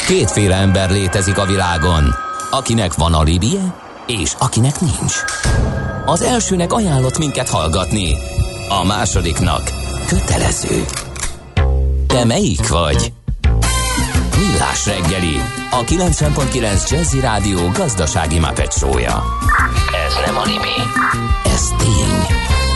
Kétféle ember létezik a világon, akinek van alibije, és akinek nincs. Az elsőnek ajánlott minket hallgatni, a másodiknak kötelező. Te melyik vagy? Millás reggeli, a 90.9 Jazzy Rádió gazdasági Muppet show-ja. Ez nem anime, ez tény.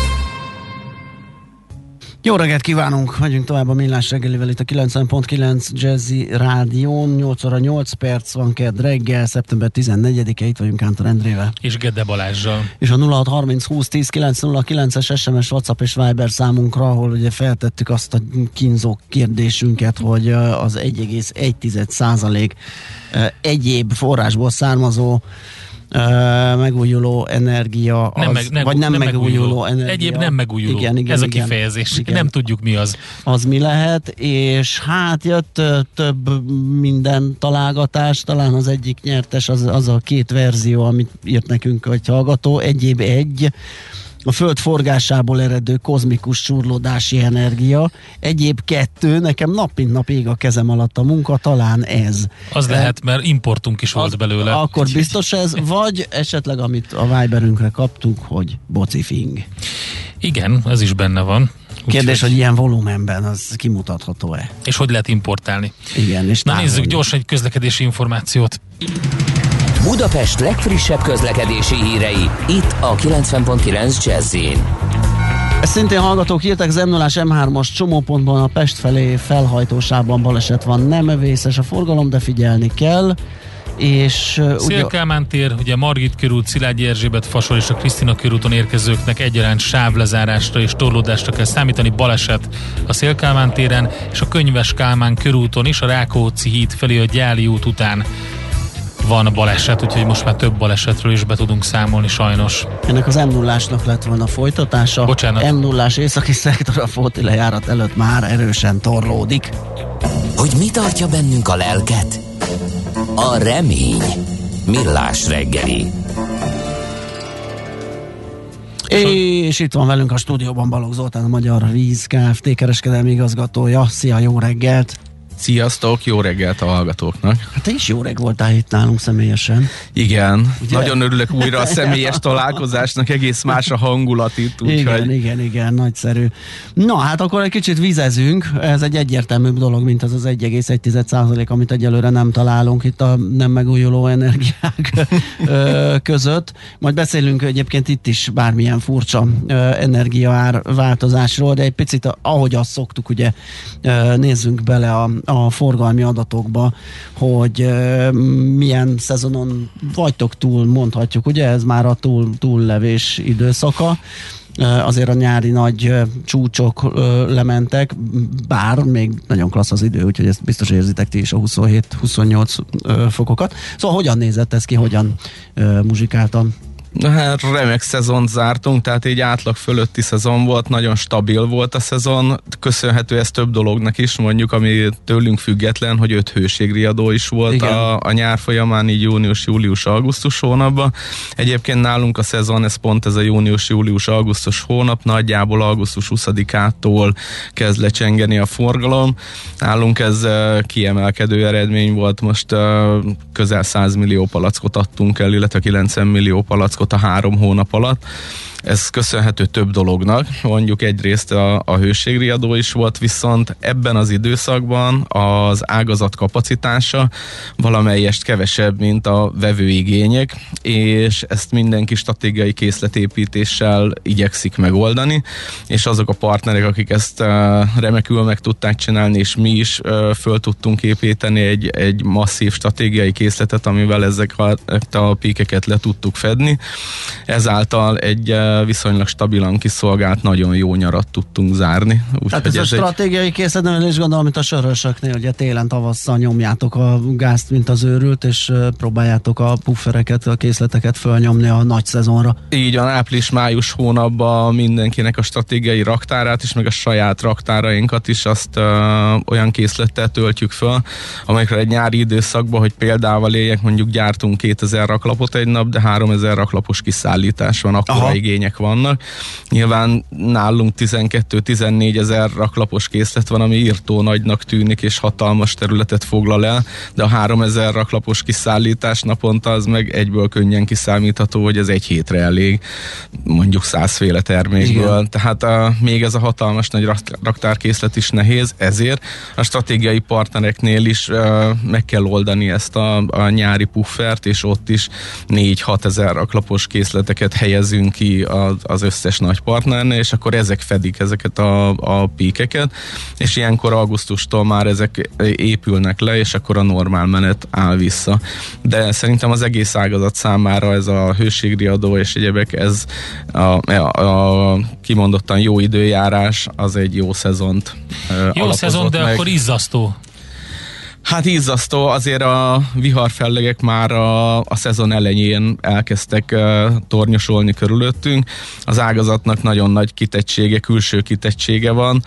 Jó reggelt kívánunk! Megyünk tovább a Millás reggelivel itt a 90.9 Jazzy Rádión. 8 óra 8 perc van kedd reggel, szeptember 14-e, itt vagyunk Kántor Endrével. És Gede Balázsral. És a 0630 20 10 909-es SMS, WhatsApp és Viber számunkra, ahol ugye feltettük azt a kínzó kérdésünket, hogy az 1,1% egyéb forrásból származó megújuló energia az, nem megújuló energia. Egyéb nem megújuló. Igen, ez a kifejezés. Igen. Nem tudjuk mi az. Az mi lehet, és hát jött több minden találgatás, talán az egyik nyertes az a két verzió, amit írt nekünk egy hallgató, egyéb a Föld forgásából eredő kozmikus csurlódási energia, egyéb 2, nekem nap mint nap ég a kezem alatt a munka, talán ez. Az lehet, mert importunk is volt belőle. Akkor biztos ez, vagy esetleg amit a Viberünkre kaptunk, hogy bocifing. Igen, ez is benne van. Kérdés, hogy ilyen volumenben az kimutatható-e? És hogy lehet importálni? Igen, és na nézzük gyorsan egy közlekedési információt. Budapest legfrissebb közlekedési hírei, itt a 90.9 Jazz-in. Ezt szintén hallgatók írtak, az M0-ás M3-as csomópontban a Pest felé felhajtósában baleset van, nem vészes a forgalom, de figyelni kell. És Szél-Kálmán tér, ugye Margit körút, Szilágyi Erzsébet fasor és a Krisztina körúton érkezőknek egyaránt sávlezárásra és torlódásra kell számítani, baleset a Szél-Kálmán téren, és a Könyves Kálmán körúton is a Rákóczi híd felé a Gyáli út után van baleset, úgyhogy most már több balesetről is be tudunk számolni sajnos. Ennek az M0-ásnak lett volna folytatása. Bocsánat. M0-ás északi szektor a Fóti lejárat előtt már erősen torlódik. Hogy mi tartja bennünk a lelket? A remény. Millás reggeli. És itt van velünk a stúdióban Balogh Zoltán, a Magyar Víz Kft. Kereskedelmi igazgatója. Szia, jó reggelt! Sziasztok, jó reggelt a hallgatóknak! Hát te is jó reg voltál itt nálunk személyesen. Igen, ugye? Nagyon örülök újra a személyes találkozásnak, egész más a hangulat itt. Úgyhogy... Igen, nagyszerű. Na, hát akkor egy kicsit vizezünk, ez egy egyértelműbb dolog, mint az 1,1%, amit egyelőre nem találunk itt a nem megújuló energiák között. Majd beszélünk egyébként itt is bármilyen furcsa energiaár változásról, de egy picit, ahogy azt szoktuk, ugye nézzünk bele a forgalmi adatokba, hogy milyen szezonon vagytok túl, mondhatjuk, ugye ez már a túllevés időszaka. Azért a nyári nagy csúcsok lementek, bár még nagyon klassz az idő, úgyhogy ezt biztos érzitek ti is a 27-28 fokokat. Szóval hogyan nézett ez ki, hogyan muzsikáltam? Hát remek szezont zártunk, tehát egy átlag fölötti szezon volt, nagyon stabil volt a szezon, köszönhető ez több dolognak is, mondjuk, ami tőlünk független, hogy 5 hőségriadó is volt a nyár folyamán, így június, július, augusztus hónapban. Egyébként nálunk a szezon, ez pont ez a június, július, augusztus hónap, nagyjából augusztus 20-ától kezd lecsengeni a forgalom. Nálunk ez kiemelkedő eredmény volt, most közel 100 millió palackot adtunk el, illetve 90 millió palackot a 3 hónap alatt. Ez köszönhető több dolognak, mondjuk egyrészt a hőségriadó is volt, viszont ebben az időszakban az ágazat kapacitása valamelyest kevesebb, mint a vevőigények, és ezt mindenki stratégiai készletépítéssel igyekszik megoldani, és azok a partnerek, akik ezt remekül meg tudták csinálni, és mi is föl tudtunk építeni egy masszív stratégiai készletet, amivel ezeket a píkeket le tudtuk fedni. Ezáltal egy viszonylag stabilan kiszolgált, nagyon jó nyarat tudtunk zárni. Tehát ez a stratégiai készlet, nem is gondolom, mint a sörösöknél, ugye télen, tavasszal nyomjátok a gázt, mint az őrült, és próbáljátok a puffereket, a készleteket fölnyomni a nagy szezonra. Így van, április-május hónapban mindenkinek a stratégiai raktárát is, meg a saját raktárainkat is azt olyan készlettel töltjük föl, amelyekre egy nyári időszakban, hogy példával éljek, mondjuk gyártunk 2000 raklapot egy nap, de 3000 raklapos kiszállítás van, akkora igény igények vannak. Nyilván nálunk 12-14 ezer raklapos készlet van, ami írtó nagynak tűnik, és hatalmas területet foglal el, de a 3000 raklapos kiszállítás naponta az meg egyből könnyen kiszámítható, hogy ez egy hétre elég, mondjuk 100 féle termékből. Igen. Tehát még ez a hatalmas nagy raktárkészlet is nehéz, ezért a stratégiai partnereknél is meg kell oldani ezt a nyári puffert, és ott is 4-6 ezer raklapos készleteket helyezünk ki az összes nagy partnernél, és akkor ezek fedik ezeket a píkeket, és ilyenkor augusztustól már ezek épülnek le, és akkor a normál menet áll vissza. De szerintem az egész ágazat számára ez a hőségriadó és egyebek, ez a kimondottan jó időjárás, az egy jó szezont jó szezon, de meg. Akkor izzasztó. Hát izzasztó, azért a viharfellegek már a szezon elején elkezdtek tornyosolni körülöttünk. Az ágazatnak nagyon nagy kitettsége, külső kitettsége van.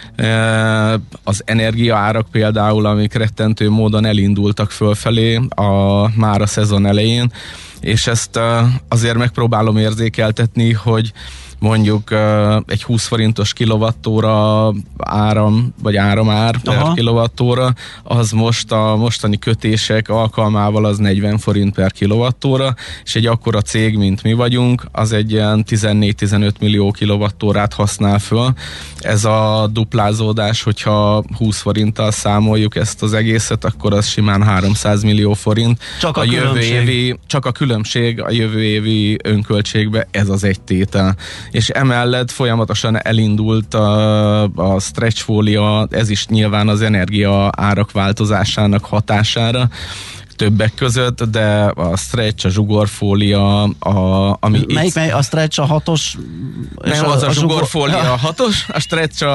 Az energiaárak például, amik rettentő módon elindultak fölfelé már a szezon elején, és ezt azért megpróbálom érzékeltetni, hogy mondjuk egy 20 forintos kilovattóra áramár per kilovattóra, az most a mostani kötések alkalmával az 40 forint per kilovattóra, és egy akkora cég, mint mi vagyunk, az egy ilyen 14-15 millió kilovattórát használ föl. Ez a duplázódás, hogyha 20 forinttal számoljuk ezt az egészet, akkor az simán 300 millió forint. Csak a különbség. Csak a különbség a jövő évi önköltségbe, ez az egy tétel. És emellett folyamatosan elindult a stretchfólia, ez is nyilván az energia árak változásának hatására többek között, de a stretch, a zsugorfólia, ami melyik a stretch a 6-os? Nem, az a zsugorfólia a 6-os, a stretch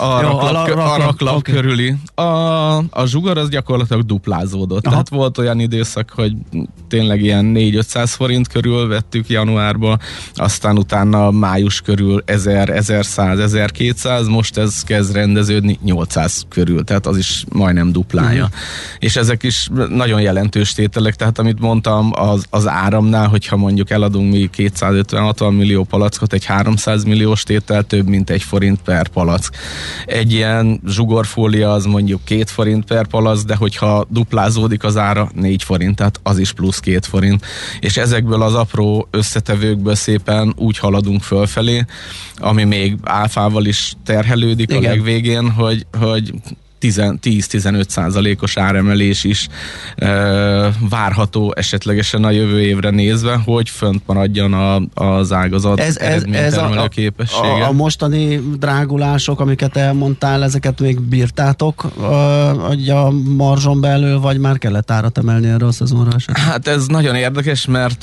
a raklap körüli. A zsugor az gyakorlatilag duplázódott. Aha. Tehát volt olyan időszak, hogy tényleg ilyen 400-500 forint körül vettük januárba, aztán utána május körül 1000, 1100, 1200, most ez kezd rendeződni 800 körül, tehát az is majdnem duplája. És ezek is nagyon jelentős tételek, tehát amit mondtam az áramnál, hogyha mondjuk eladunk mi 250-60 millió palackot, egy 300 milliós tétel több, mint 1 forint per palack. Egy ilyen zsugorfólia az mondjuk 2 forint per palack, de hogyha duplázódik az ára 4 forint, tehát az is plusz 2 forint. És ezekből az apró összetevőkből szépen úgy haladunk fölfelé, ami még áfával is terhelődik. Igen. A legvégén, hogy 10-15%-os áremelés is várható esetlegesen a jövő évre nézve, hogy fönt maradjon az ágazat eredménytermelő képessége. A mostani drágulások, amiket elmondtál, ezeket még bírtátok a marzson belül, vagy már kellett árat emelni erre a szezonra esetleg? Hát ez nagyon érdekes, mert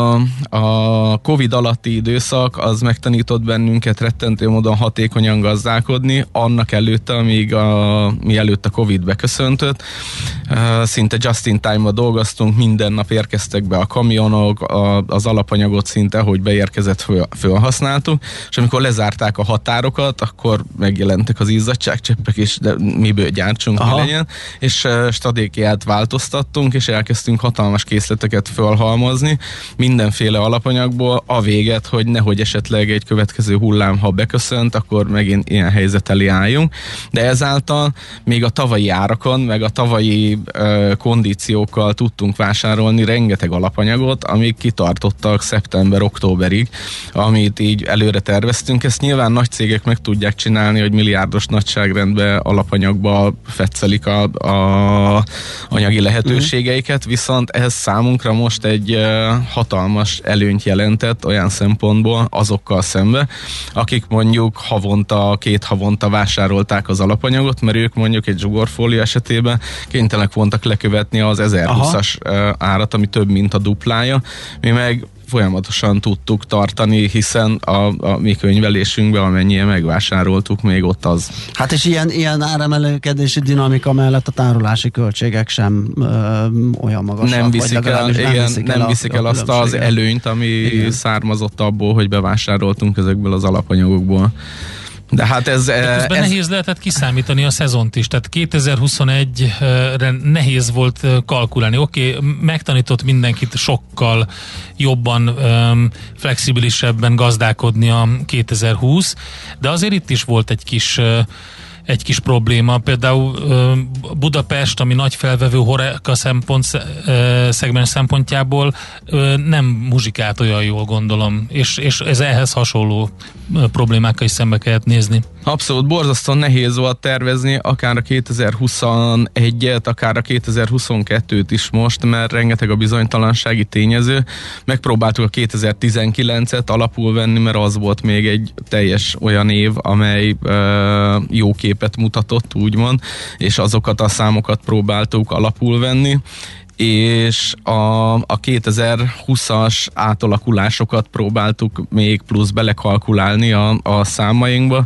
a Covid alatti időszak az megtanított bennünket rettentő módon hatékonyan gazdálkodni, annak előtte, amíg mielőtt a Covid beköszöntött. Szinte just in time-ba dolgoztunk, minden nap érkeztek be a kamionok, az alapanyagot szinte, hogy beérkezett, fölhasználtuk, és amikor lezárták a határokat, akkor megjelentek az izzadságcseppek, és de miből gyártsunk, mi legyen, és stratégiát változtattunk, és elkezdtünk hatalmas készleteket fölhalmozni, mindenféle alapanyagból, a véget, hogy nehogy esetleg egy következő hullám, ha beköszönt, akkor megint ilyen helyzet elé álljunk, de ezáltal még a tavalyi árakon, meg a tavalyi kondíciókkal tudtunk vásárolni rengeteg alapanyagot, amik kitartottak szeptember-októberig, amit így előre terveztünk. Ezt nyilván nagy cégek meg tudják csinálni, hogy milliárdos nagyságrendben alapanyagba fetszelik a anyagi lehetőségeiket, viszont ez számunkra most egy hatalmas előnyt jelentett olyan szempontból azokkal szembe, akik mondjuk két havonta vásárolták az alapanyagot, mert ők mondjuk egy zsugorfólia esetében kénytelenek voltak lekövetni az 1020-as árat, ami több, mint a duplája. Mi meg folyamatosan tudtuk tartani, hiszen a mi könyvelésünkben, amennyien megvásároltuk, még ott az. Hát és ilyen áremelkedési dinamika mellett a tárolási költségek sem olyan magasak. Nem viszik el azt az előnyt, ami származott abból, hogy bevásároltunk ezekből az alapanyagokból. De hát ez nehéz lehetett kiszámítani a szezont is, tehát 2021-re nehéz volt kalkulálni. Oké, megtanított mindenkit sokkal jobban, flexibilisebben gazdálkodni a 2020, de azért itt is volt egy kis probléma. Például Budapest, ami nagy felvevő HoReCa szegmens szempontjából nem muzsikált olyan jól, gondolom, és ez ehhez hasonló problémákkal is szembe kellett nézni. Abszolút borzasztóan nehéz volt tervezni, akár a 2021-et, akár a 2022-t is most, mert rengeteg a bizonytalansági tényező. Megpróbáltuk a 2019-et alapul venni, mert az volt még egy teljes olyan év, amely jó képet mutatott, úgymond, és azokat a számokat próbáltuk alapul venni, és a 2020-as átalakulásokat próbáltuk még plusz belekalkulálni a számainkba.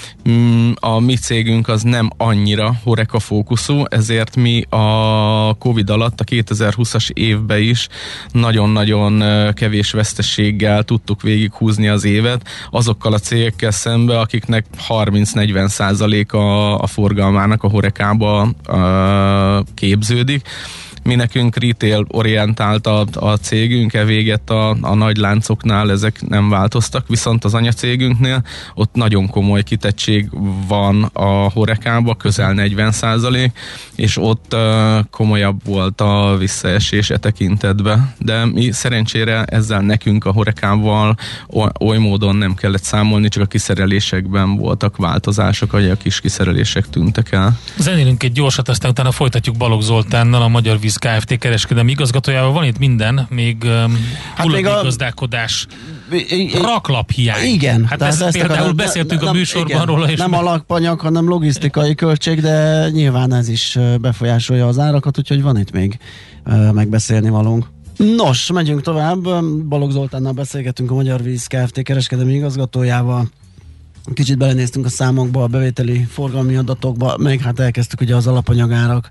A mi cégünk az nem annyira HoReCa fókuszú, ezért mi a Covid alatt a 2020-as évben is nagyon-nagyon kevés veszteséggel tudtuk végighúzni az évet, azokkal a cégekkel szembe, akiknek 30-40% a forgalmának a HoReCába képződik. Mi nekünk retail orientált a cégünk, véget a nagy láncoknál ezek nem változtak, viszont az anyacégünknél ott nagyon komoly kitettség van a HoReCába, közel 40%, és ott komolyabb volt a visszaesés e tekintetben. De mi szerencsére ezzel nekünk a HoReCával oly módon nem kellett számolni, csak a kiszerelésekben voltak változások, hogy a kis kiszerelések tűntek el. Zenélünk egy gyorsat, aztán utána folytatjuk Balogh Zoltánnal, a Magyar Víz Kft. Kereskedelmi igazgatójával. Van itt minden, még hulladékgazdálkodás, raklaphiány. Igen. Hát ezt például beszéltünk a műsorban igen, róla. És nem alapanyag, hanem logisztikai költség, de nyilván ez is befolyásolja az árakat, úgyhogy van itt még megbeszélni valónk. Nos, megyünk tovább. Balogh Zoltánnal beszélgetünk, a Magyar Víz Kft. Kereskedelmi igazgatójával. Kicsit belenéztünk a számokba, a bevételi forgalmi adatokba, meg hát elkezdtük ugye az alapanyagárak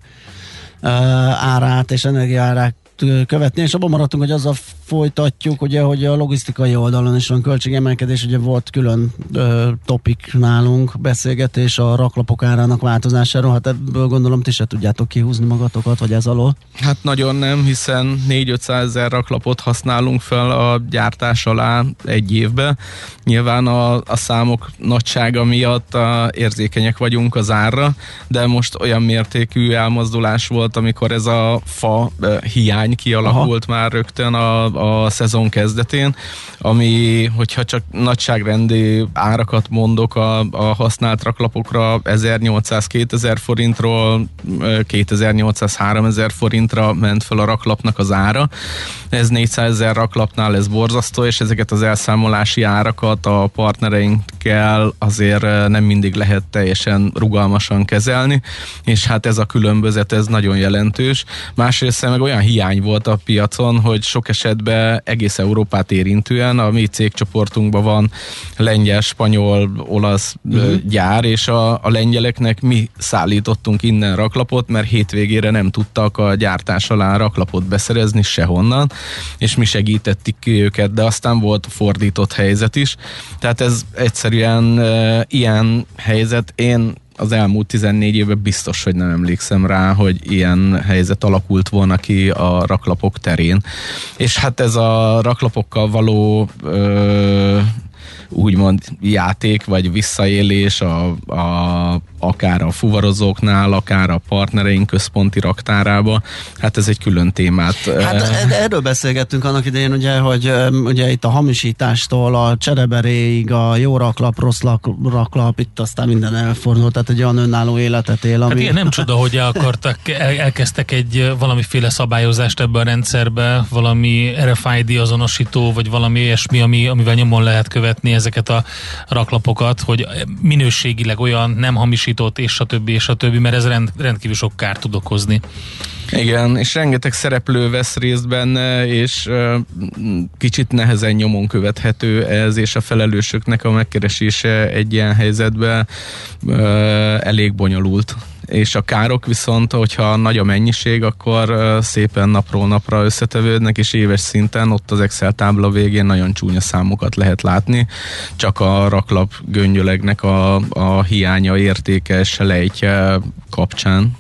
árát és energiaárát követni, és abban maradtunk, hogy azzal folytatjuk, ugye, hogy a logisztikai oldalon is van költségemelkedés, ugye volt külön topik nálunk, beszélgetés a raklapok árának változásáról, hát ebből gondolom ti se tudjátok kihúzni magatokat, vagy ez alól? Hát nagyon nem, hiszen 4-500 ezer raklapot használunk fel a gyártás alá egy évben. Nyilván a számok nagysága miatt érzékenyek vagyunk az árra, de most olyan mértékű elmozdulás volt, amikor ez a fa hiány kialakult már rögtön a szezon kezdetén, ami, hogyha csak nagyságrendi árakat mondok a használt raklapokra, 1800-2000 forintról 2800-3000 forintra ment fel a raklapnak az ára. Ez 400 000 raklapnál ez borzasztó, és ezeket az elszámolási árakat a partnereinkkel azért nem mindig lehet teljesen rugalmasan kezelni, és hát ez a különbözet, ez nagyon jelentős. Másrészt meg olyan hiány volt a piacon, hogy sok esetben egész Európát érintően a mi cégcsoportunkban van lengyel, spanyol, olasz gyár, és a lengyeleknek mi szállítottunk innen raklapot, mert hétvégére nem tudtak a gyártás alá raklapot beszerezni sehonnan, és mi segítettük ki őket, de aztán volt fordított helyzet is. Tehát ez egyszerűen ilyen helyzet, én az elmúlt 14 évben biztos, hogy nem emlékszem rá, hogy ilyen helyzet alakult volna ki a raklapok terén. És hát ez a raklapokkal való úgymond játék, vagy visszaélés akár a fuvarozóknál, akár a partnereink központi raktárába, hát ez egy külön témát. Hát erről beszélgettünk annak idején, ugye, hogy ugye itt a hamisítástól a csereberéig, a jó raklap, rossz raklap, itt aztán minden elfordult, tehát egy olyan önálló életet él, ami... Hát igen, nem csoda, hogy elkezdtek egy valamiféle szabályozást ebbe a rendszerbe, valami RFID azonosító, vagy valami ilyesmi, amivel nyomon lehet követni ezeket a raklapokat, hogy minőségileg olyan nem hamisított, és a többi, mert ez rendkívül sok kárt tud okozni. Igen, és rengeteg szereplő vesz részt benne, és kicsit nehezen nyomon követhető ez, és a felelősöknek a megkeresése egy ilyen helyzetben elég bonyolult. és a károk viszont, hogyha nagy a mennyiség, akkor szépen napról napra összetevődnek, és éves szinten ott az Excel tábla végén nagyon csúnya számokat lehet látni, csak a raklap göngyölegnek a hiánya, értéke, selejtje kapcsán.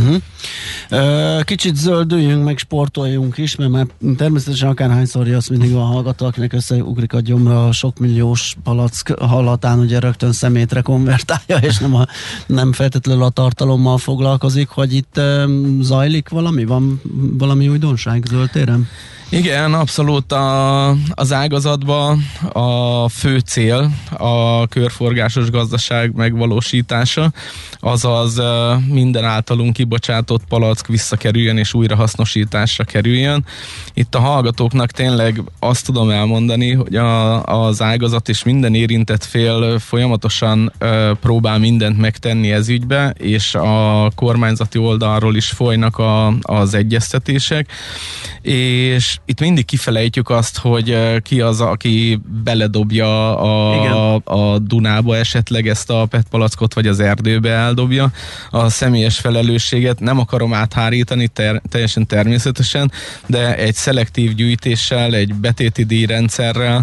Kicsit zöldüljünk, meg sportoljunk is, mert már természetesen akárhányszor jössz, mindig van hallgató, akinek összeugrik a gyomra a sok milliós palack hallatán, ugye rögtön szemétre konvertálja, és nem feltétlenül a tartalommal foglalkozik, hogy itt zajlik valami? Van valami újdonság zöld téren? Igen, abszolút az ágazatban a fő cél a körforgásos gazdaság megvalósítása, azaz minden általunk kibocsátott palack visszakerüljön és újrahasznosításra kerüljön. Itt a hallgatóknak tényleg azt tudom elmondani, hogy az ágazat és minden érintett fél folyamatosan próbál mindent megtenni ez ügybe, és a kormányzati oldalról is folynak az egyeztetések, és itt mindig kifelejtjük azt, hogy ki az, aki beledobja a Dunába esetleg ezt a PET palackot, vagy az erdőbe eldobja. A személyes felelősséget nem akarom áthárítani teljesen természetesen, de egy szelektív gyűjtéssel, egy betéti díjrendszerrel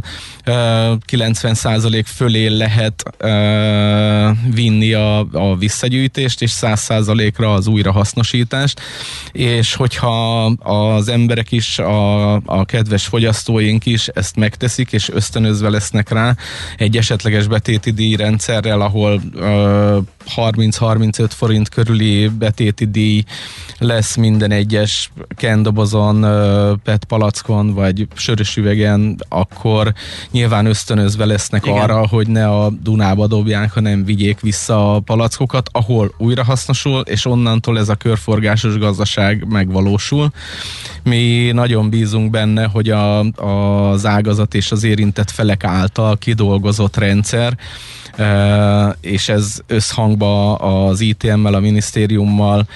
90% fölé lehet vinni a visszagyűjtést, és 100%-ra az újrahasznosítást, és hogyha az emberek is, a kedves fogyasztóink is ezt megteszik, és ösztönözve lesznek rá egy esetleges betéti díjrendszerrel, ahol 30-35 forint körüli betéti díj lesz minden egyes kendobozon, PET palackon, vagy sörös üvegen, akkor nyilván ösztönözve lesznek arra, hogy ne a Dunába dobják, hanem vigyék vissza a palackokat, ahol újrahasznosul, és onnantól ez a körforgásos gazdaság megvalósul. Mi nagyon bízunk benne, hogy az ágazat és az érintett felek által kidolgozott rendszer, és ez összhangba az ITM-mel, a minisztériummal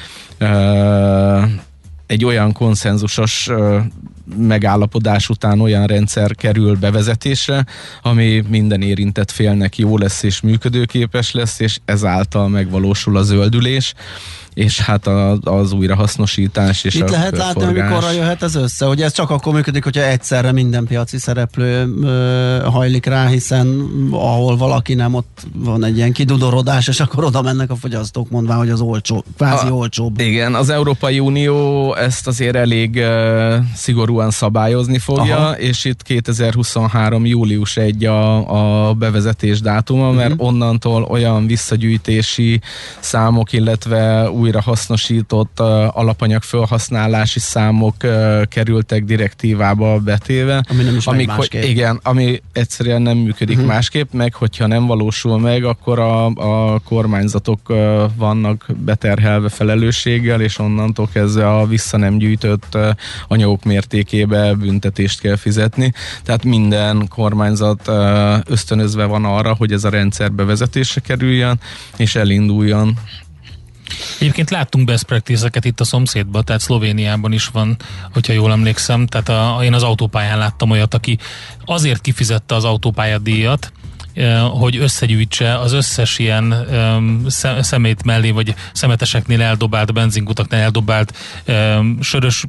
egy olyan konszenzusos megállapodás után olyan rendszer kerül bevezetésre, ami minden érintett félnek jó lesz és működőképes lesz, és ezáltal megvalósul a zöldülés, és hát az újrahasznosítás és itt a lehet látni, hogy mikorra jöhet ez össze, hogy ez csak akkor működik, hogyha egyszerre minden piaci szereplő hajlik rá, hiszen ahol valaki nem, ott van egy ilyen kidudorodás, és akkor oda mennek a fogyasztók, mondván, hogy az olcsó, kvázi olcsóbb. Igen, az Európai Unió ezt azért elég szigorúan szabályozni fogja, és itt 2023. július 1 a bevezetés dátuma, mert onnantól olyan visszagyűjtési számok, illetve újra hasznosított alapanyag felhasználási számok kerültek direktívába betéve. Ami nem is másképp. Igen, ami egyszerűen nem működik másképp, meg hogyha nem valósul meg, akkor a kormányzatok vannak beterhelve felelősséggel, és onnantól kezdve a vissza nem gyűjtött anyagok mértékébe büntetést kell fizetni. Tehát minden kormányzat ösztönözve van arra, hogy ez a rendszer bevezetésre kerüljön, és elinduljon. Egyébként láttunk best practice-eket itt a szomszédban, tehát Szlovéniában is van, hogyha jól emlékszem, tehát én az autópályán láttam olyat, aki azért kifizette az autópályadíjat, hogy összegyűjtse az összes ilyen szemét mellé, vagy szemeteseknél eldobált, benzinkutaknál eldobált sörös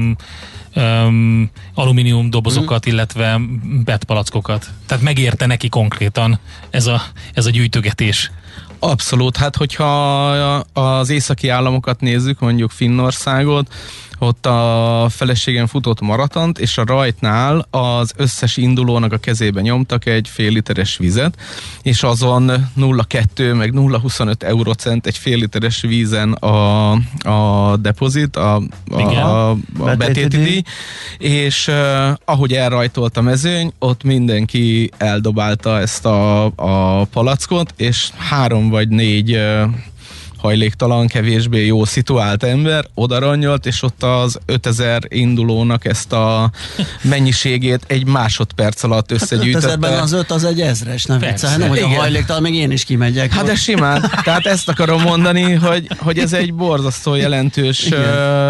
alumínium dobozokat, illetve PET palackokat. Tehát megérte neki konkrétan ez a gyűjtögetés. Abszolút, hát hogyha az északi államokat nézzük, mondjuk Finnországot, ott a feleségem futott maratont, és a rajtnál az összes indulónak a kezébe nyomtak egy fél literes vizet, és azon 0,2 meg 0,25 eurocent egy fél literes vízen a depozit, a betéti díj, és ahogy elrajtolt a mezőny, ott mindenki eldobálta ezt a palackot, és 3 vagy 4 hajléktalan, kevésbé jó szituált ember odaranyolt, és ott az 5000 indulónak ezt a mennyiségét egy másodperc alatt összegyűjtötte. Hát 5000-ben az 5 az egy ezres, nem viccelj, nem, hogy a hajléktalan, még én is kimegyek. Hát de simán. Tehát ezt akarom mondani, hogy ez egy borzasztó jelentős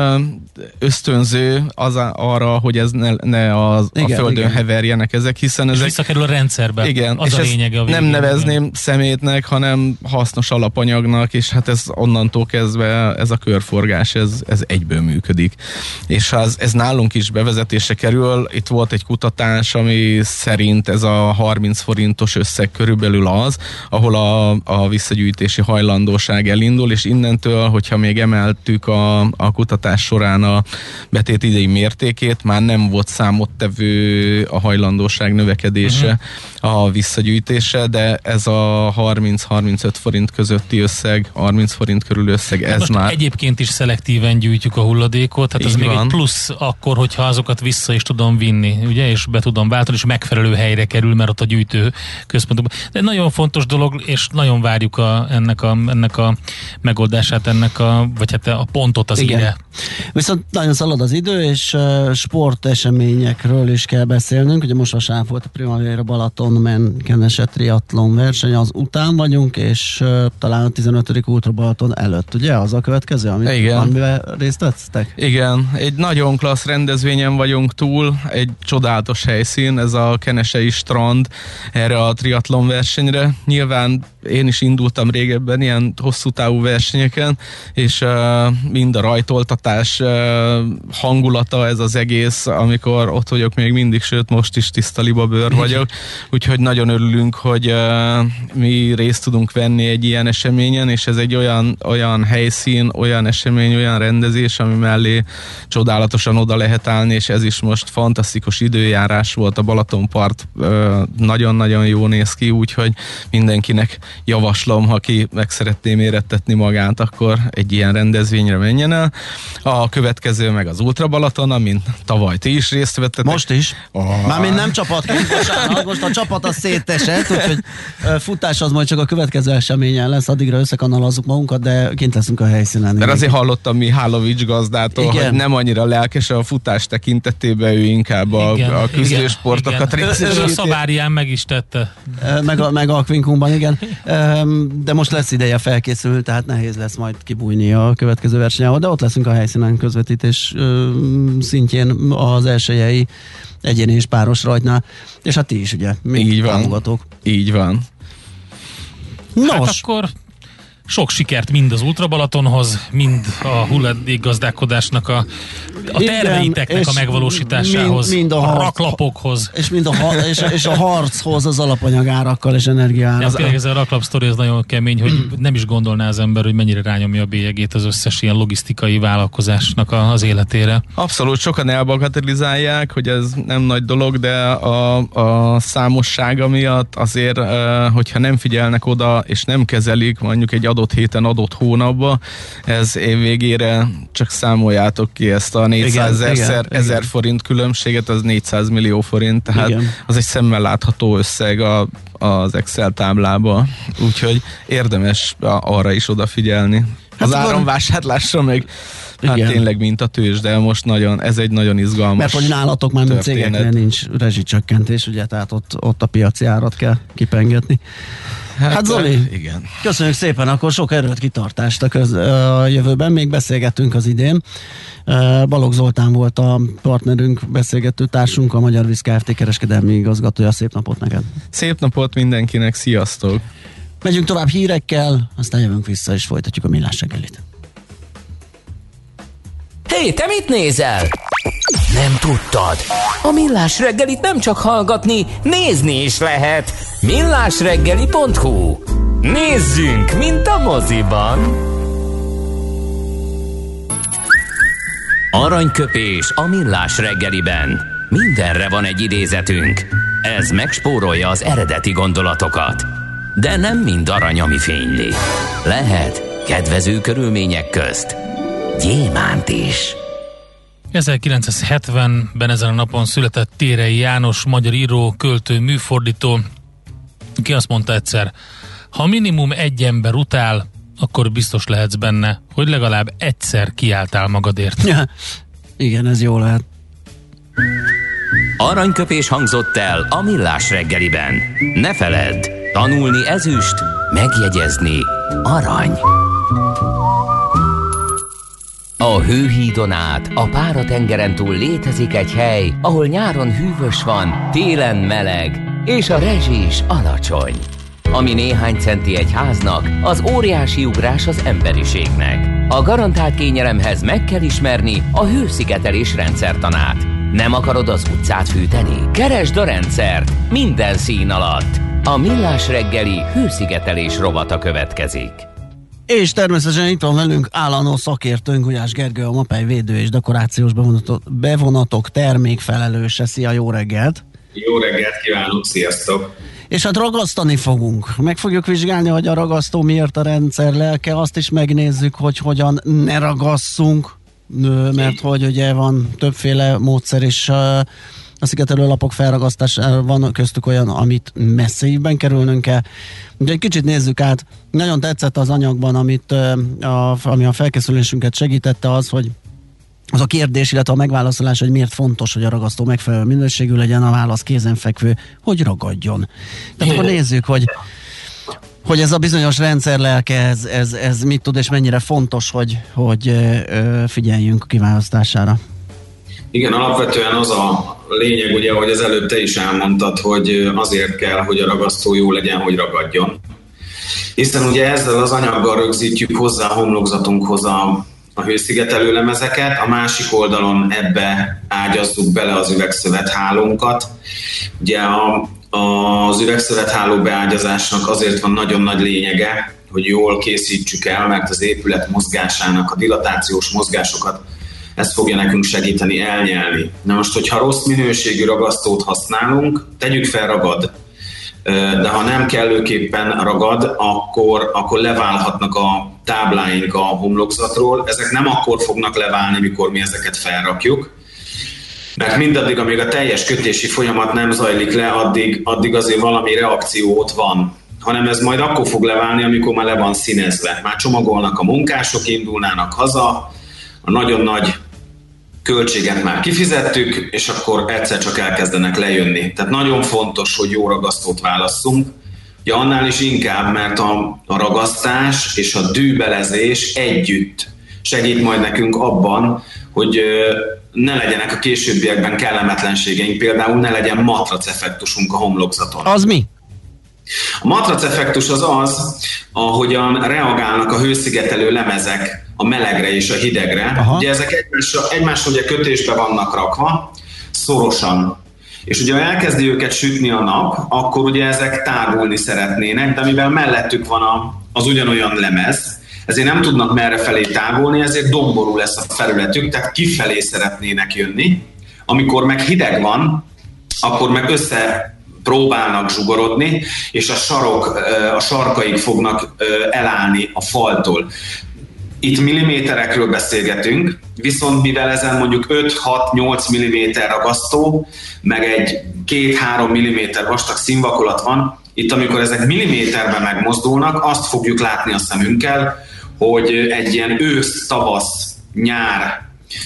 ösztönző arra, hogy ez ne a földön heverjenek ezek, hiszen ezek... visszakerül a rendszerbe. Igen, az és a lényege a végén. Nem nevezném szemétnek, hanem hasznos alapanyagnak, és hát ez onnantól kezdve ez a körforgás, ez egyből működik. És ez nálunk is bevezetésre kerül, itt volt egy kutatás, ami szerint ez a 30 forintos összeg körülbelül az, ahol a visszagyűjtési hajlandóság elindul, és innentől, hogyha még emeltük a kutatás során a betét idei mértékét, már nem volt számottevő a hajlandóság növekedése a visszagyűjtése, de ez a 30-35 forint közötti összeg, 30 forint körül összeg, ez most már... Egyébként is szelektíven gyűjtjük a hulladékot, hát ez még egy plusz akkor, hogyha azokat vissza is tudom vinni, ugye, és be tudom váltani, és megfelelő helyre kerül, mert ott a gyűjtő központokban. De nagyon fontos dolog, és nagyon várjuk ennek a megoldását, vagy hát a pontot az ide. Viszont nagyon szalad az idő, és sporteseményekről is kell beszélnünk. Ugye most vasárnap volt a Primavera Balaton Kenese triatlon verseny, az után vagyunk, és talán a 15. Ultra Balaton előtt, ugye? Az a következő, amiben részt vettek? Igen, egy nagyon klassz rendezvényen vagyunk túl, egy csodálatos helyszín, ez a Kenesei strand erre a triatlon versenyre. Nyilván én is indultam régebben ilyen hosszú távú versenyeken, és mind a rajtoltatás hangulata, ez az egész, amikor ott vagyok még mindig, sőt most is tiszta libabőr vagyok, úgyhogy nagyon örülünk, hogy mi részt tudunk venni egy ilyen eseményen, és ez egy olyan helyszín, olyan esemény, olyan rendezés, ami mellé csodálatosan oda lehet állni, és ez is most fantasztikus időjárás volt, a Balatonpart nagyon-nagyon jó néz ki, úgyhogy mindenkinek javaslom, ha ki meg szeretné mérettetni magát, akkor egy ilyen rendezvényre menjen el. A következő meg az Ultra Balaton, amin tavaly ti is részt vettetek. Most is. Mármint nem csapatként, bocsánat, most a csapat az szétesett, úgyhogy futás az majd csak a következő eseményen lesz, addigra összekanalazzuk magunkat, de kint leszünk a helyszínen. Mert azért hallottam Mihálovics gazdától, hogy nem annyira lelkes a futás tekintetében, ő inkább a küzdősportokat részesíti. A Szabárián meg is tette. Meg a Quincumban, igen. De most lesz ideje felkészülni, tehát nehéz lesz majd kibújni a következő versenyen, de ott leszünk a helyszínen közvetítés szintjén az elsőjei egyéni és páros rajtnál, és hát ti is ugye, így van. Támogatók. Így van. Nos. Hát akkor sok sikert mind az Ultra Balatonhoz, mind a hulladékgazdálkodásnak a terveiteknek a megvalósításához, mind a raklapokhoz. És a harchoz az alapanyagárakkal és energiára. Tényleg ez a raklap sztori, ez nagyon kemény, hogy nem is gondolná az ember, hogy mennyire rányomja a bélyegét az összes ilyen logisztikai vállalkozásnak az életére. Abszolút, sokan elbagatelizálják, hogy ez nem nagy dolog, de a számossága miatt azért, hogyha nem figyelnek oda, és nem kezelik mondjuk egy adott héten, adott hónapban, ez év végére csak számoljátok ki ezt a 400 1000 forint különbséget, az 400 millió forint, tehát az egy szemmel látható összeg az Excel táblába, úgyhogy érdemes arra is odafigyelni. Az áramvásárlásra meg tényleg mint a tőzs, de most ez egy nagyon izgalmas. Mert hogy nálatok már mint cégeknél nincs rezsicsökkentés, ugye, tehát ott a piaci árat kell kipengetni. Hát Zoli, igen. Köszönjük szépen, akkor sok erőt, kitartást a jövőben, még beszélgetünk az idén. Balogh Zoltán volt a partnerünk, beszélgető társunk, a Magyar Víz Kft. Kereskedelmi igazgatója. Szép napot neked! Szép napot mindenkinek, sziasztok! Megyünk tovább hírekkel, aztán jövünk vissza és folytatjuk a Millás reggelit. Hé, te mit nézel? Nem tudtad? A Millás reggelit nem csak hallgatni, nézni is lehet. millásreggeli.hu. Nézzünk, mint a moziban. Aranyköpés a Millás reggeliben. Mindenre van egy idézetünk. Ez megspórolja az eredeti gondolatokat. De nem mind arany, ami fényli. Lehet kedvező körülmények közt gyémánt is. 1970-ben ezen a napon született Térei János, magyar író, költő, műfordító, ki azt mondta egyszer: ha minimum egy ember utál, akkor biztos lehetsz benne, hogy legalább egyszer kiálltál magadért. Ja, igen, ez jó lehet. Aranyköpés hangzott el a Millás reggeliben. Ne feledd, tanulni ezüst, megjegyezni arany. A Hőhídon át, a Pára-tengeren túl létezik egy hely, ahol nyáron hűvös van, télen meleg, és a rezsi is alacsony. Ami néhány centi egy háznak, az óriási ugrás az emberiségnek. A garantált kényelemhez meg kell ismerni a hőszigetelés rendszertanát. Nem akarod az utcát fűteni? Keresd a rendszert minden szín alatt. A Millás reggeli hőszigetelés rovata következik. És természetesen itt van velünk állandó szakértőnk, Gulyás Gergő, a Mapei védő és dekorációs bevonatok termékfelelőse. Szia, jó reggelt! Jó reggelt kívánok, sziasztok! És hát ragasztani fogunk. Meg fogjuk vizsgálni, hogy a ragasztó miért a rendszer lelke, azt is megnézzük, hogy hogyan ne ragasszunk, mert hogy ugye van többféle módszer is, a szigetelő lapok felragasztása, van köztük olyan, amit messzebben kerülnünk kell. Ugye egy kicsit nézzük át. Nagyon tetszett az anyagban, ami a felkészülésünket segítette, az, hogy az a kérdés, illetve a megválaszolás, hogy miért fontos, hogy a ragasztó megfelelő minőségű legyen, a válasz kézenfekvő, hogy ragadjon. Tehát akkor nézzük, hogy ez a bizonyos rendszer lelke, ez mit tud, és mennyire fontos, hogy figyeljünk a kiválasztására. Igen, alapvetően az a lényeg, ugye, ahogy az előbb te is elmondtad, hogy azért kell, hogy a ragasztó jó legyen, hogy ragadjon. Hiszen ugye ezzel az anyaggal rögzítjük hozzá a homlokzatunkhoz a hőszigetelő lemezeket, a másik oldalon ebbe ágyazzuk bele az üvegszövethálónkat. Ugye az üvegszövetháló beágyazásnak azért van nagyon nagy lényege, hogy jól készítsük el, mert az épület mozgásának, a dilatációs mozgásokat ez fogja nekünk segíteni elnyelni. Na most, hogyha rossz minőségű ragasztót használunk, tegyük fel, ragad, de ha nem kellőképpen ragad, akkor leválhatnak a tábláink a homlokzatról. Ezek nem akkor fognak leválni, mikor mi ezeket felrakjuk, mert mindaddig, amíg a teljes kötési folyamat nem zajlik le, addig azért valami reakció ott van, hanem ez majd akkor fog leválni, amikor már le van színezve. Már csomagolnak a munkások, indulnának haza, a nagyon nagy költséget már kifizettük, és akkor egyszer csak elkezdenek lejönni. Tehát nagyon fontos, hogy jó ragasztót válasszunk. Ja, annál is inkább, mert a ragasztás és a dűbelezés együtt segít majd nekünk abban, hogy ne legyenek a későbbiekben kellemetlenségeink, például ne legyen matraceffektusunk a homlokzaton. Az mi? A matraceffektus az, ahogyan reagálnak a hőszigetelő lemezek a melegre és a hidegre. Aha. Ugye ezek egymásra ugye kötésbe vannak rakva, szorosan. És ugye ha elkezdi őket sütni a nap, akkor ugye ezek tágulni szeretnének, de mivel mellettük van az ugyanolyan lemez, ezért nem tudnak merrefelé tágulni, ezért domború lesz a felületük, tehát kifelé szeretnének jönni. Amikor meg hideg van, akkor meg próbálnak zsugorodni, és a sarkaik fognak elállni a faltól. Itt milliméterekről beszélgetünk, viszont mivel ezen mondjuk 5-6-8 mm ragasztó, meg egy 2-3 mm vastag színvakolat van, itt amikor ezek milliméterben megmozdulnak, azt fogjuk látni a szemünkkel, hogy egy ilyen ősz, nyár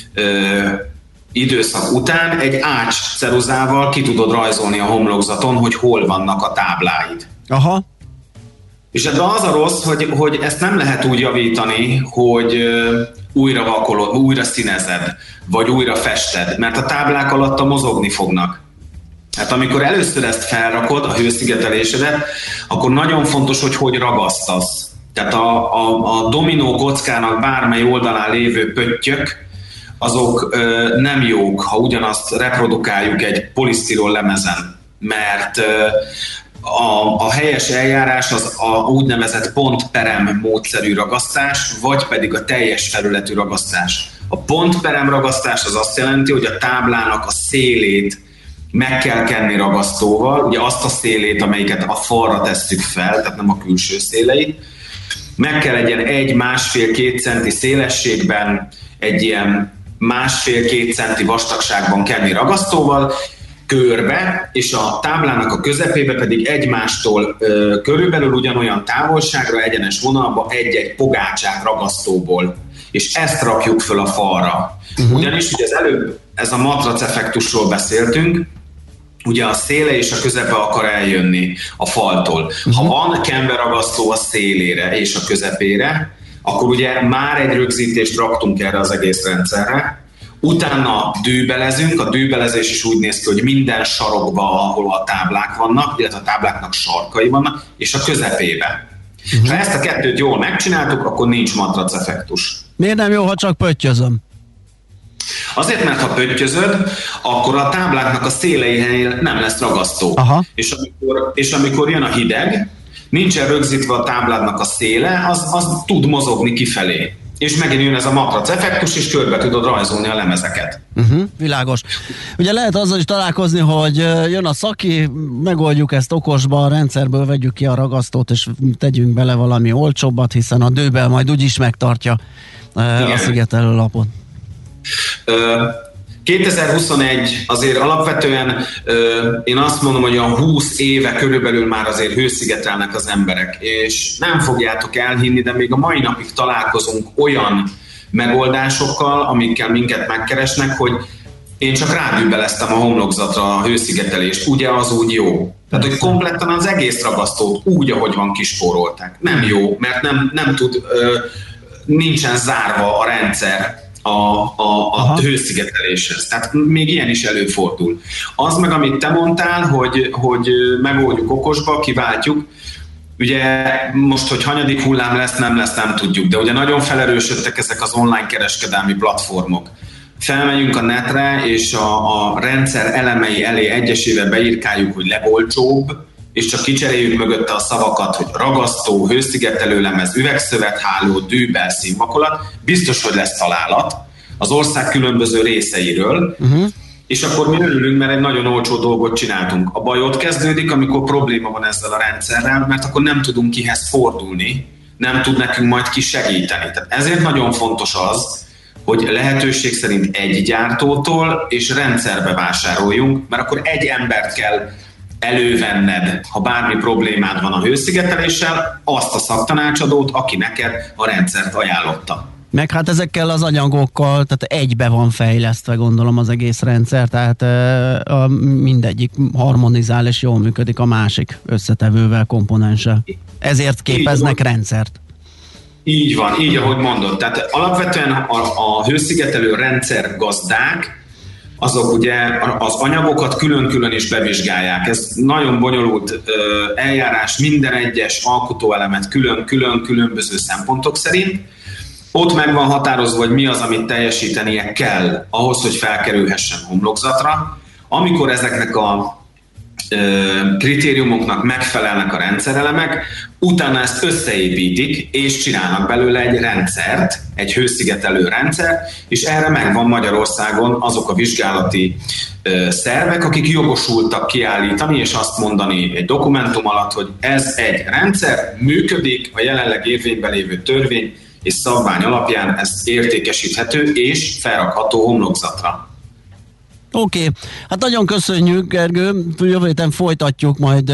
időszak után egy ács ceruzával ki tudod rajzolni a homlokzaton, hogy hol vannak a tábláid. Aha. És ebben az a rossz, hogy ezt nem lehet úgy javítani, hogy újra vakolod, újra színezed, vagy újra fested, mert a táblák alatta mozogni fognak. Hát amikor először ezt felrakod, a hőszigetelésedet, akkor nagyon fontos, hogy ragasztasz. Tehát a dominó kockának bármely oldalán lévő pöttyök, azok nem jók, ha ugyanazt reprodukáljuk egy polisztirol lemezen, mert a helyes eljárás az a úgynevezett pontperem módszerű ragasztás, vagy pedig a teljes felületű ragasztás. A pontperem ragasztás az azt jelenti, hogy a táblának a szélét meg kell kenni ragasztóval, ugye azt a szélét, amelyiket a falra tesszük fel, tehát nem a külső széleit. Meg kell legyen 1-1,5-2 centi szélességben, egy ilyen 1,5-2 centi vastagságban kenni ragasztóval, körbe, és a táblának a közepébe pedig egymástól körülbelül ugyanolyan távolságra, egyenes vonalba egy-egy pogácsát ragasztóból. És ezt rakjuk föl a falra. Ugyanis ugye előbb ez a matrac effektusról beszéltünk, ugye a széle és a közepe akar eljönni a faltól. Ha van kenve ragasztó a szélére és a közepére, akkor ugye már egy rögzítést raktunk erre az egész rendszerre, utána dűbelezünk, a dűbelezés is úgy néz ki, hogy minden sarokba, ahol a táblák vannak, illetve a tábláknak sarkai vannak, és a közepébe. Ha ezt a kettőt jól megcsináltuk, akkor nincs matrac effektus. Miért nem jó, ha csak pöttyözöm? Azért, mert ha pöttyözöd, akkor a tábláknak a széleinél nem lesz ragasztó. És amikor jön a hideg, nincsen rögzítve a tábládnak a széle, az tud mozogni kifelé. És megint jön ez a matrac effektus, és körbe tudod rajzolni a lemezeket. Világos. Ugye lehet azzal is találkozni, hogy jön a szaki, megoldjuk ezt okosba, a rendszerből vegyük ki a ragasztót, és tegyünk bele valami olcsóbbat, hiszen a dőbel majd úgyis megtartja a szigetelő lapot. 2021 azért alapvetően én azt mondom, hogy a 20 éve körülbelül már azért hőszigetelnek az emberek, és nem fogjátok elhinni, de még a mai napig találkozunk olyan megoldásokkal, amikkel minket megkeresnek, hogy én csak rádűbeleztem a homlokzatra a hőszigetelést, ugye az úgy jó. Tehát, hogy kompletten az egész ragasztót úgy, ahogy van, kispórolták. Nem jó, mert nem tud, nincsen zárva a rendszer a hőszigeteléshez. Tehát még ilyen is előfordul. Az meg, amit te mondtál, hogy megoldjuk okosba, kiváltjuk, ugye most, hogy hanyadik hullám lesz, nem tudjuk, de ugye nagyon felerősödtek ezek az online kereskedelmi platformok. Felmegyünk a netre, és a rendszer elemei elé egyesével beírkáljuk, hogy legolcsóbb, és csak kicseréljük mögötte a szavakat, hogy ragasztó, hőszigetelőlemez, üvegszövetháló, dűbel, színvakolat, biztos, hogy lesz találat az ország különböző részeiről, és akkor mi örülünk, mert egy nagyon olcsó dolgot csináltunk. A baj ott kezdődik, amikor probléma van ezzel a rendszerrel, mert akkor nem tudunk kihez fordulni, nem tud nekünk majd ki segíteni. Tehát ezért nagyon fontos az, hogy lehetőség szerint egy gyártótól és rendszerbe vásároljunk, mert akkor egy embert kell elővenned, ha bármi problémád van a hőszigeteléssel, azt a szaktanácsadót, aki neked a rendszert ajánlotta. Meg hát ezekkel az anyagokkal, tehát egybe van fejlesztve, gondolom, az egész rendszer, tehát mindegyik harmonizál és jól működik a másik összetevővel, komponenssel. Ezért képeznek rendszert. Így van, így ahogy mondod. Tehát alapvetően a hőszigetelő rendszer gazdák, azok ugye az anyagokat külön-külön is bevizsgálják. Ez nagyon bonyolult eljárás, minden egyes alkotóelemet külön-külön különböző szempontok szerint. Ott meg van határozva, hogy mi az, amit teljesítenie kell ahhoz, hogy felkerülhessen homlokzatra. Amikor ezeknek a kritériumoknak megfelelnek a rendszerelemek, utána ezt összeépítik, és csinálnak belőle egy rendszert, egy hőszigetelő rendszer, és erre megvan Magyarországon azok a vizsgálati szervek, akik jogosultak kiállítani, és azt mondani egy dokumentum alatt, hogy ez egy rendszer, működik, a jelenleg érvényben lévő törvény és szabvány alapján ez értékesíthető és felrakható homlokzatra. Oké. Hát nagyon köszönjük, Gergő, jövő héten folytatjuk, majd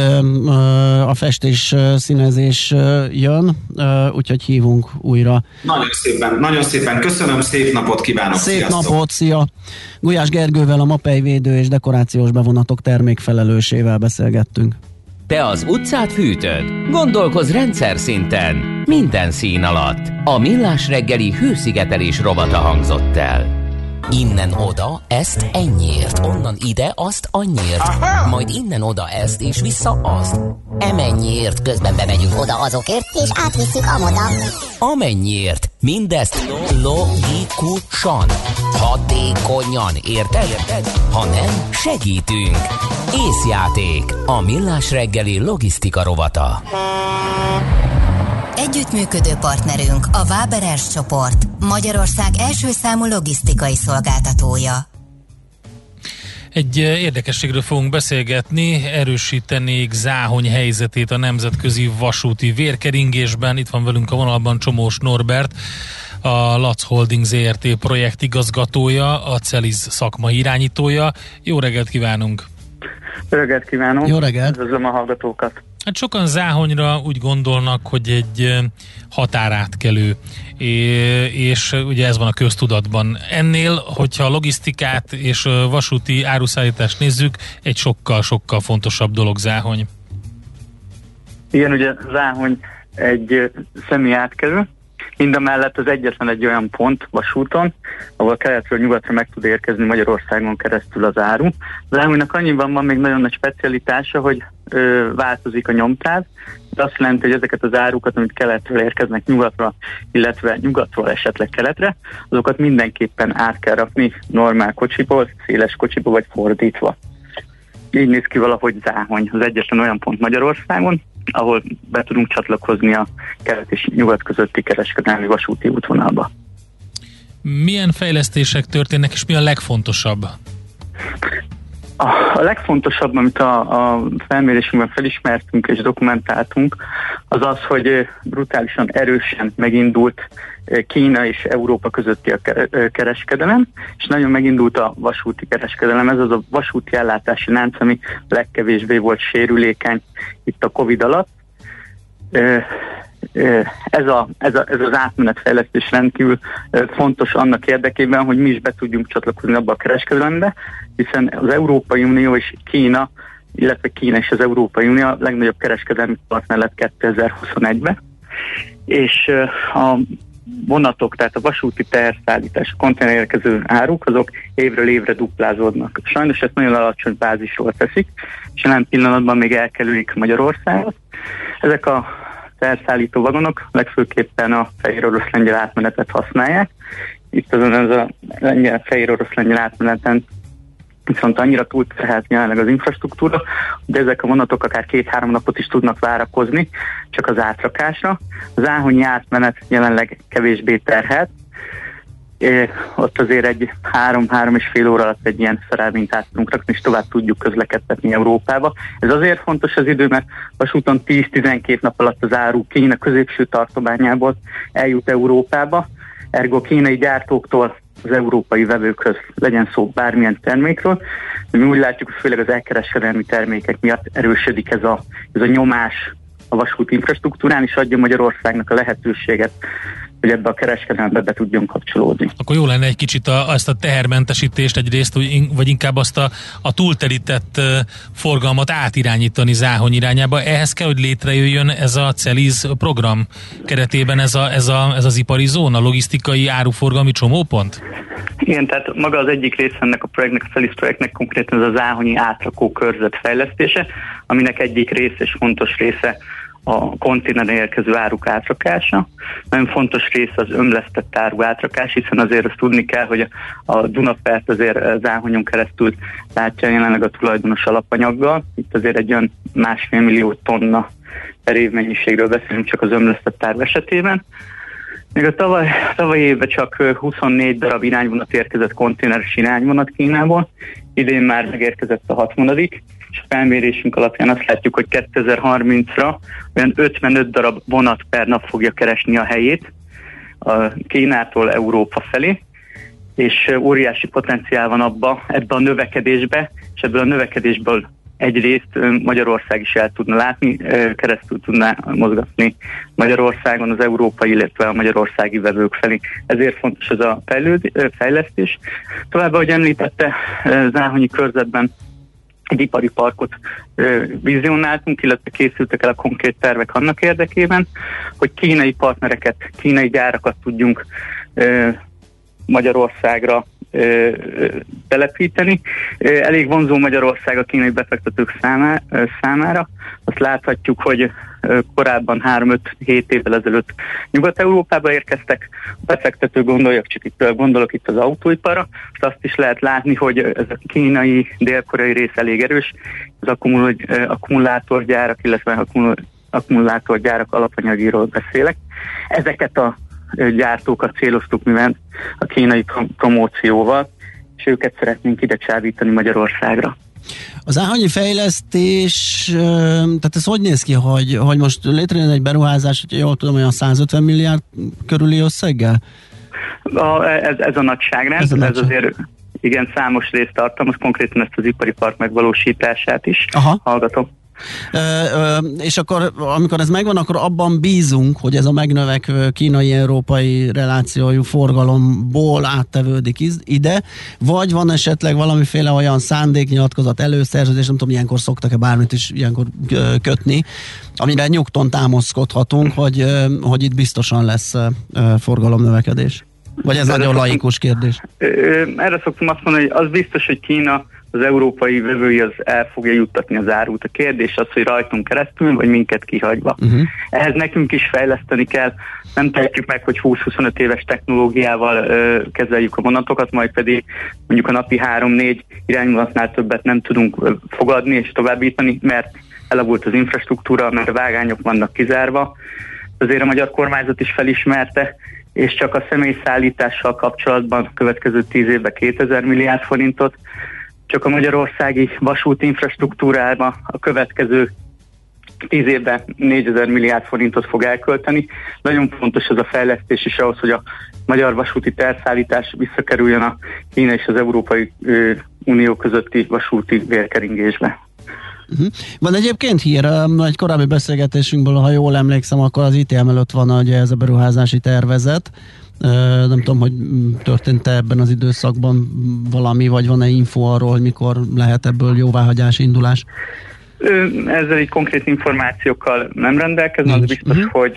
a festés színezés jön, úgyhogy hívunk újra. Nagyon szépen köszönöm, szép napot kívánok. Szép sziasztok. napot, szia! Gulyás Gergővel, a Mapei védő és dekorációs bevonatok termékfelelősével beszélgettünk. Te az utcát fűtöd? Gondolkozz rendszer szinten. Minden szín alatt. A Millás reggeli hőszigetelés rovata hangzott el. Innen oda, ezt ennyiért, onnan ide, azt annyiért, majd innen oda ezt, és vissza azt. Emennyiért, közben bemegyünk oda azokért, és átvisszük amoda. Amennyiért, mindezt logikusan, hatékonyan, érted? Ha nem, segítünk. Észjáték, a Millás reggeli logisztika rovata. Együttműködő partnerünk a Waberers csoport, Magyarország első számú logisztikai szolgáltatója. Egy érdekességről fogunk beszélgetni, erősítenék Záhony helyzetét a nemzetközi vasúti vérkeringésben. Itt van velünk a vonalban Csomós Norbert, a Lac Holding Zrt. Projektigazgatója, a CELIS szakmai irányítója. Jó reggelt kívánunk! Jó reggelt kívánunk! Jó reggelt! Üdvözlöm a hallgatókat! Hát sokan Záhonyra úgy gondolnak, hogy egy határátkelő, és ugye ez van a köztudatban. Ennél, hogyha a logisztikát és vasúti áruszállítást nézzük, egy sokkal-sokkal fontosabb dolog Záhony. Igen, ugye Záhony egy személyátkelő, Mindamellett az egyetlen egy olyan pont vasúton, ahol keletről nyugatra meg tud érkezni Magyarországon keresztül az áru. Az árunak annyiban van még nagyon nagy specialitása, hogy változik a nyomtáv, de azt jelenti, hogy ezeket az árukat, amit keletről érkeznek nyugatra, illetve nyugatról esetleg keletre, azokat mindenképpen át kell rakni normál kocsiból, széles kocsiból, vagy fordítva. Így néz ki valahogy Záhony, az egyetlen olyan pont Magyarországon, ahol be tudunk csatlakozni a kelet és nyugat közötti kereskedelmi vasúti útvonalba. Milyen fejlesztések történnek, és mi a legfontosabb? A legfontosabb, amit a felmérésünkben felismertünk és dokumentáltunk, az az, hogy brutálisan erősen megindult Kína és Európa közötti a kereskedelem, és nagyon megindult a vasúti kereskedelem. Ez az a vasúti ellátási lánc, ami legkevésbé volt sérülékeny itt a Covid alatt. Ez az átmenetfejlesztés rendkívül fontos annak érdekében, hogy mi is be tudjunk csatlakozni abba a kereskedelembe, hiszen az Európai Unió és Kína, illetve Kína és az Európai Unió a legnagyobb kereskedelmi partner lett 2021-ben, és a vonatok, tehát a vasúti teherszállítás, a konténerérkező áruk, azok évről évre duplázódnak. Sajnos ezt nagyon alacsony bázisról teszik, és jelen pillanatban még elkerülik Magyarországot. Ezek a teherszállító vagonok legfőképpen a fehér orosz-lengyel átmenetet használják. Itt azon ez a fehér orosz-lengyel átmeneten viszont annyira túlterhelt jelenleg az infrastruktúra, de ezek a vonatok akár 2-3 napot is tudnak várakozni csak az átrakásra. Az záhonyi átmenet jelenleg kevésbé terhelt. Ott azért egy 3-3,5 óra alatt egy ilyen szerelvényt át tudunk rakni, és tovább tudjuk közlekedtetni Európába. Ez azért fontos az idő, mert vasúton 10-12 nap alatt az áru Kína középső tartományából eljut Európába, ergo kínai gyártóktól az európai vevőkhöz legyen szó bármilyen termékről. De mi úgy látjuk, hogy főleg az elkereskedelmi termékek miatt erősödik ez a nyomás a vasúti infrastruktúrán, és adja Magyarországnak a lehetőséget, hogy ebbe a kereskedelembe be tudjon kapcsolódni. Akkor jó lenne egy kicsit azt a tehermentesítést egyrészt, vagy inkább azt a túlterített forgalmat átirányítani Záhony irányába. Ehhez kell, hogy létrejöjjön ez a CELIZ program keretében ez az ipari zóna, logisztikai áruforgalmi csomópont? Igen, tehát maga az egyik része ennek a projektnek, a CELIZ projektnek konkrétan ez a záhonyi átrakó körzet fejlesztése, aminek egyik része és fontos része a konténeren érkező áruk átrakása. Nagyon fontos része az ömlesztett áru átrakás, hiszen azért azt tudni kell, hogy a Dunapert azért Záhonyon keresztül látja jelenleg a tulajdonos alapanyaggal. Itt azért egy olyan 1,5 millió tonna per év mennyiségről beszélünk csak az ömlesztett áru esetében. Még a tavaly évben csak 24 darab irányvonat érkezett, konténeres irányvonat Kínából, idén már megérkezett a 60. és a felmérésünk alapján azt látjuk, hogy 2030-ra olyan 55 darab vonat per nap fogja keresni a helyét a Kínától Európa felé, és óriási potenciál van ebbe a növekedésbe, és ebből a növekedésből egyrészt Magyarország is el tudna látni, keresztül tudná mozgatni Magyarországon az európai, illetve a magyarországi vevők felé. Ezért fontos ez a fejlesztés. Továbbá, ahogy említette, Záhonyi körzetben egy ipari parkot vizionáltunk, illetve készültek el a konkrét tervek annak érdekében, hogy kínai partnereket, kínai gyárakat tudjunk Magyarországra telepíteni. Elég vonzó Magyarország a kínai befektetők számára. Azt láthatjuk, hogy korábban 3-5-7 évvel ezelőtt Nyugat-Európába érkeztek, a befektető gondolok itt az autóiparra, és azt is lehet látni, hogy ez a kínai, dél-koreai rész elég erős, az akkumulátorgyárak, illetve akkumulátorgyárak alapanyagiról beszélek. Ezeket a gyártókat céloztuk mivel a kínai promócióval, és őket szeretnénk ide csábítani Magyarországra. Az záhonyi fejlesztés, tehát ez hogy néz ki, hogy most létrejön egy beruházás, hogy jól tudom, olyan 150 milliárd körüli összeggel? Ez a nagyságrend, ez azért igen számos részt tartalmaz, konkrétan ezt az ipari park megvalósítását is. Hallgatom. És akkor, amikor ez megvan, akkor abban bízunk, hogy ez a megnövekvő kínai-európai relációjú forgalomból áttevődik ide, vagy van esetleg valamiféle olyan szándéknyilatkozat, előszerződés, nem tudom, ilyenkor szoktak-e bármit is ilyenkor kötni, amiben nyugton támaszkodhatunk, hogy itt biztosan lesz forgalomnövekedés. Vagy ez nagyon laikus kérdés? Erre szoktam azt mondani, hogy az biztos, hogy Kína az európai vevői az el fogja juttatni az árut. A kérdés az, hogy rajtunk keresztül, vagy minket kihagyva. Ehhez nekünk is fejleszteni kell. Nem tehetjük meg, hogy 20-25 éves technológiával kezeljük a vonatokat, majd pedig mondjuk a napi 3-4 irányvonatnál többet nem tudunk fogadni és továbbítani, mert elavult az infrastruktúra, mert a vágányok vannak kizárva. Azért a magyar kormányzat is felismerte, és csak a személyszállítással kapcsolatban a következő 10 évben 2000 milliárd forintot, csak a magyarországi vasúti infrastruktúrába a következő 10 évben 4000 milliárd forintot fog elkölteni. Nagyon fontos ez a fejlesztés is ahhoz, hogy a magyar vasúti terszállítás visszakerüljön a Kína és az Európai Unió közötti vasúti vérkeringésbe. Van egyébként hír, egy korábbi beszélgetésünkből, ha jól emlékszem, akkor az ITM előtt van ugye ez a beruházási tervezet. Nem tudom, hogy történt-e ebben az időszakban valami, vagy van-e info arról, hogy mikor lehet ebből jóváhagyás, indulás? Ezzel így konkrét információkkal nem rendelkezem, az biztos,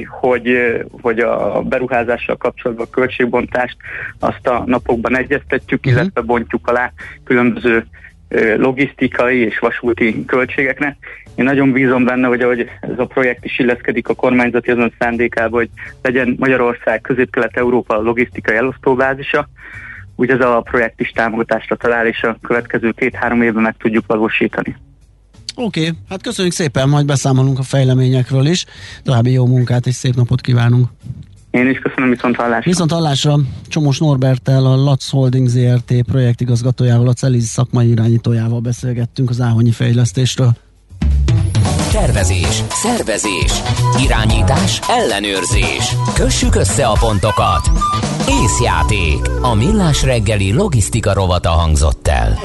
hogy a beruházással kapcsolatban a költségbontást azt a napokban egyeztetjük, illetve bontjuk alá különböző logisztikai és vasúti költségeknek. Én nagyon bízom benne, hogy ahogy ez a projekt is illeszkedik a kormányzati azon szándékába, hogy legyen Magyarország Közép-Kelet-Európa logisztikai elosztóbázisa, úgy ez a projekt is támogatásra talál, és a következő 2-3 évben meg tudjuk valósítani. Oké, hát köszönjük szépen, majd beszámolunk a fejleményekről is. További jó munkát és szép napot kívánunk! Én is köszönöm, viszont hallásra. Viszont hallásra Csomós Norberttel, a Lac Holding Zrt. projektigazgatójával, a Celiz szakmai irányítójával beszélgettünk az áhonyi fejlesztésről. Tervezés, szervezés, irányítás, ellenőrzés. Kössük össze a pontokat. Észjáték. A Millás reggeli logisztika rovata hangzott el.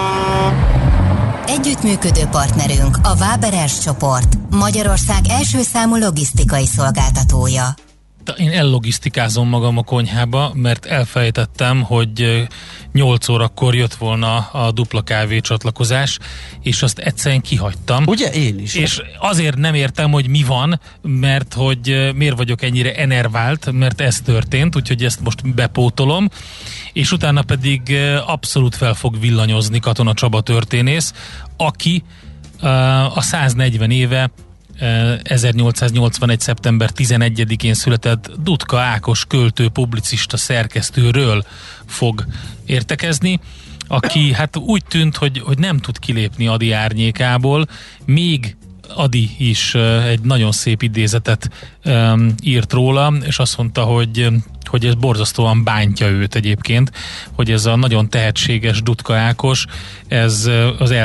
Együttműködő partnerünk a Váberes csoport, Magyarország első számú logisztikai szolgáltatója. Én ellogisztikázom magam a konyhába, mert elfelejtettem, hogy 8 órakor jött volna a dupla kávé csatlakozás, és azt egyszerűen kihagytam. Ugye, én is. És azért nem értem, hogy mi van, mert hogy miért vagyok ennyire enervált, mert ez történt, úgyhogy ezt most bepótolom, és utána pedig abszolút fel fog villanyozni Katona Csaba történész, aki a 140 éve 1881. szeptember 11-én született Dutka Ákos költő, publicista, szerkesztőről fog értekezni, aki hát úgy tűnt, hogy nem tud kilépni Ady árnyékából, még Ady is egy nagyon szép idézetet írt róla, és azt mondta, hogy ez borzasztóan bántja őt egyébként, hogy ez a nagyon tehetséges Dutka Ákos, ez az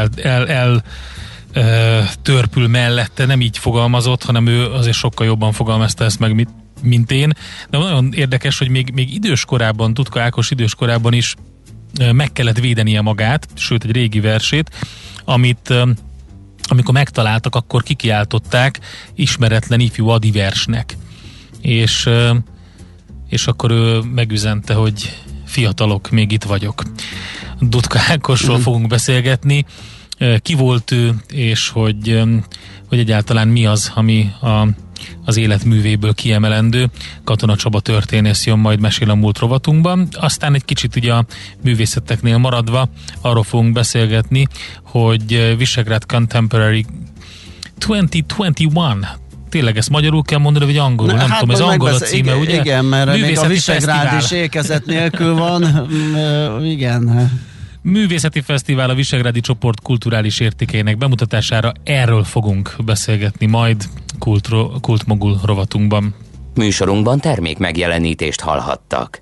törpül mellette, nem így fogalmazott, hanem ő azért sokkal jobban fogalmazta ezt meg, mint én. De nagyon érdekes, hogy még időskorában, Dutka Ákos időskorában is meg kellett védenie magát, sőt egy régi versét, amit amikor megtaláltak, akkor kikiáltották ismeretlen ifjú Ady versnek. És akkor ő megüzente, hogy fiatalok, még itt vagyok. Dutka Ákosról fogunk beszélgetni, ki volt ő, és hogy egyáltalán mi az, ami az életművéből kiemelendő. Katona Csaba történész jön, majd mesél a múlt rovatunkban. Aztán egy kicsit ugye a művészeteknél maradva arról fogunk beszélgetni, hogy Visegrád Contemporary 2021. Tényleg ezt magyarul kell mondani, vagy angolul? Nem tudom, ez angol a címe, ugye? Igen, mert még a Visegrád is ékezet nélkül van. Igen. Művészeti Fesztivál a Visegrádi Csoport kulturális értékeinek bemutatására, erről fogunk beszélgetni majd Kultmogul rovatunkban. Műsorunkban termék megjelenítést hallhattak.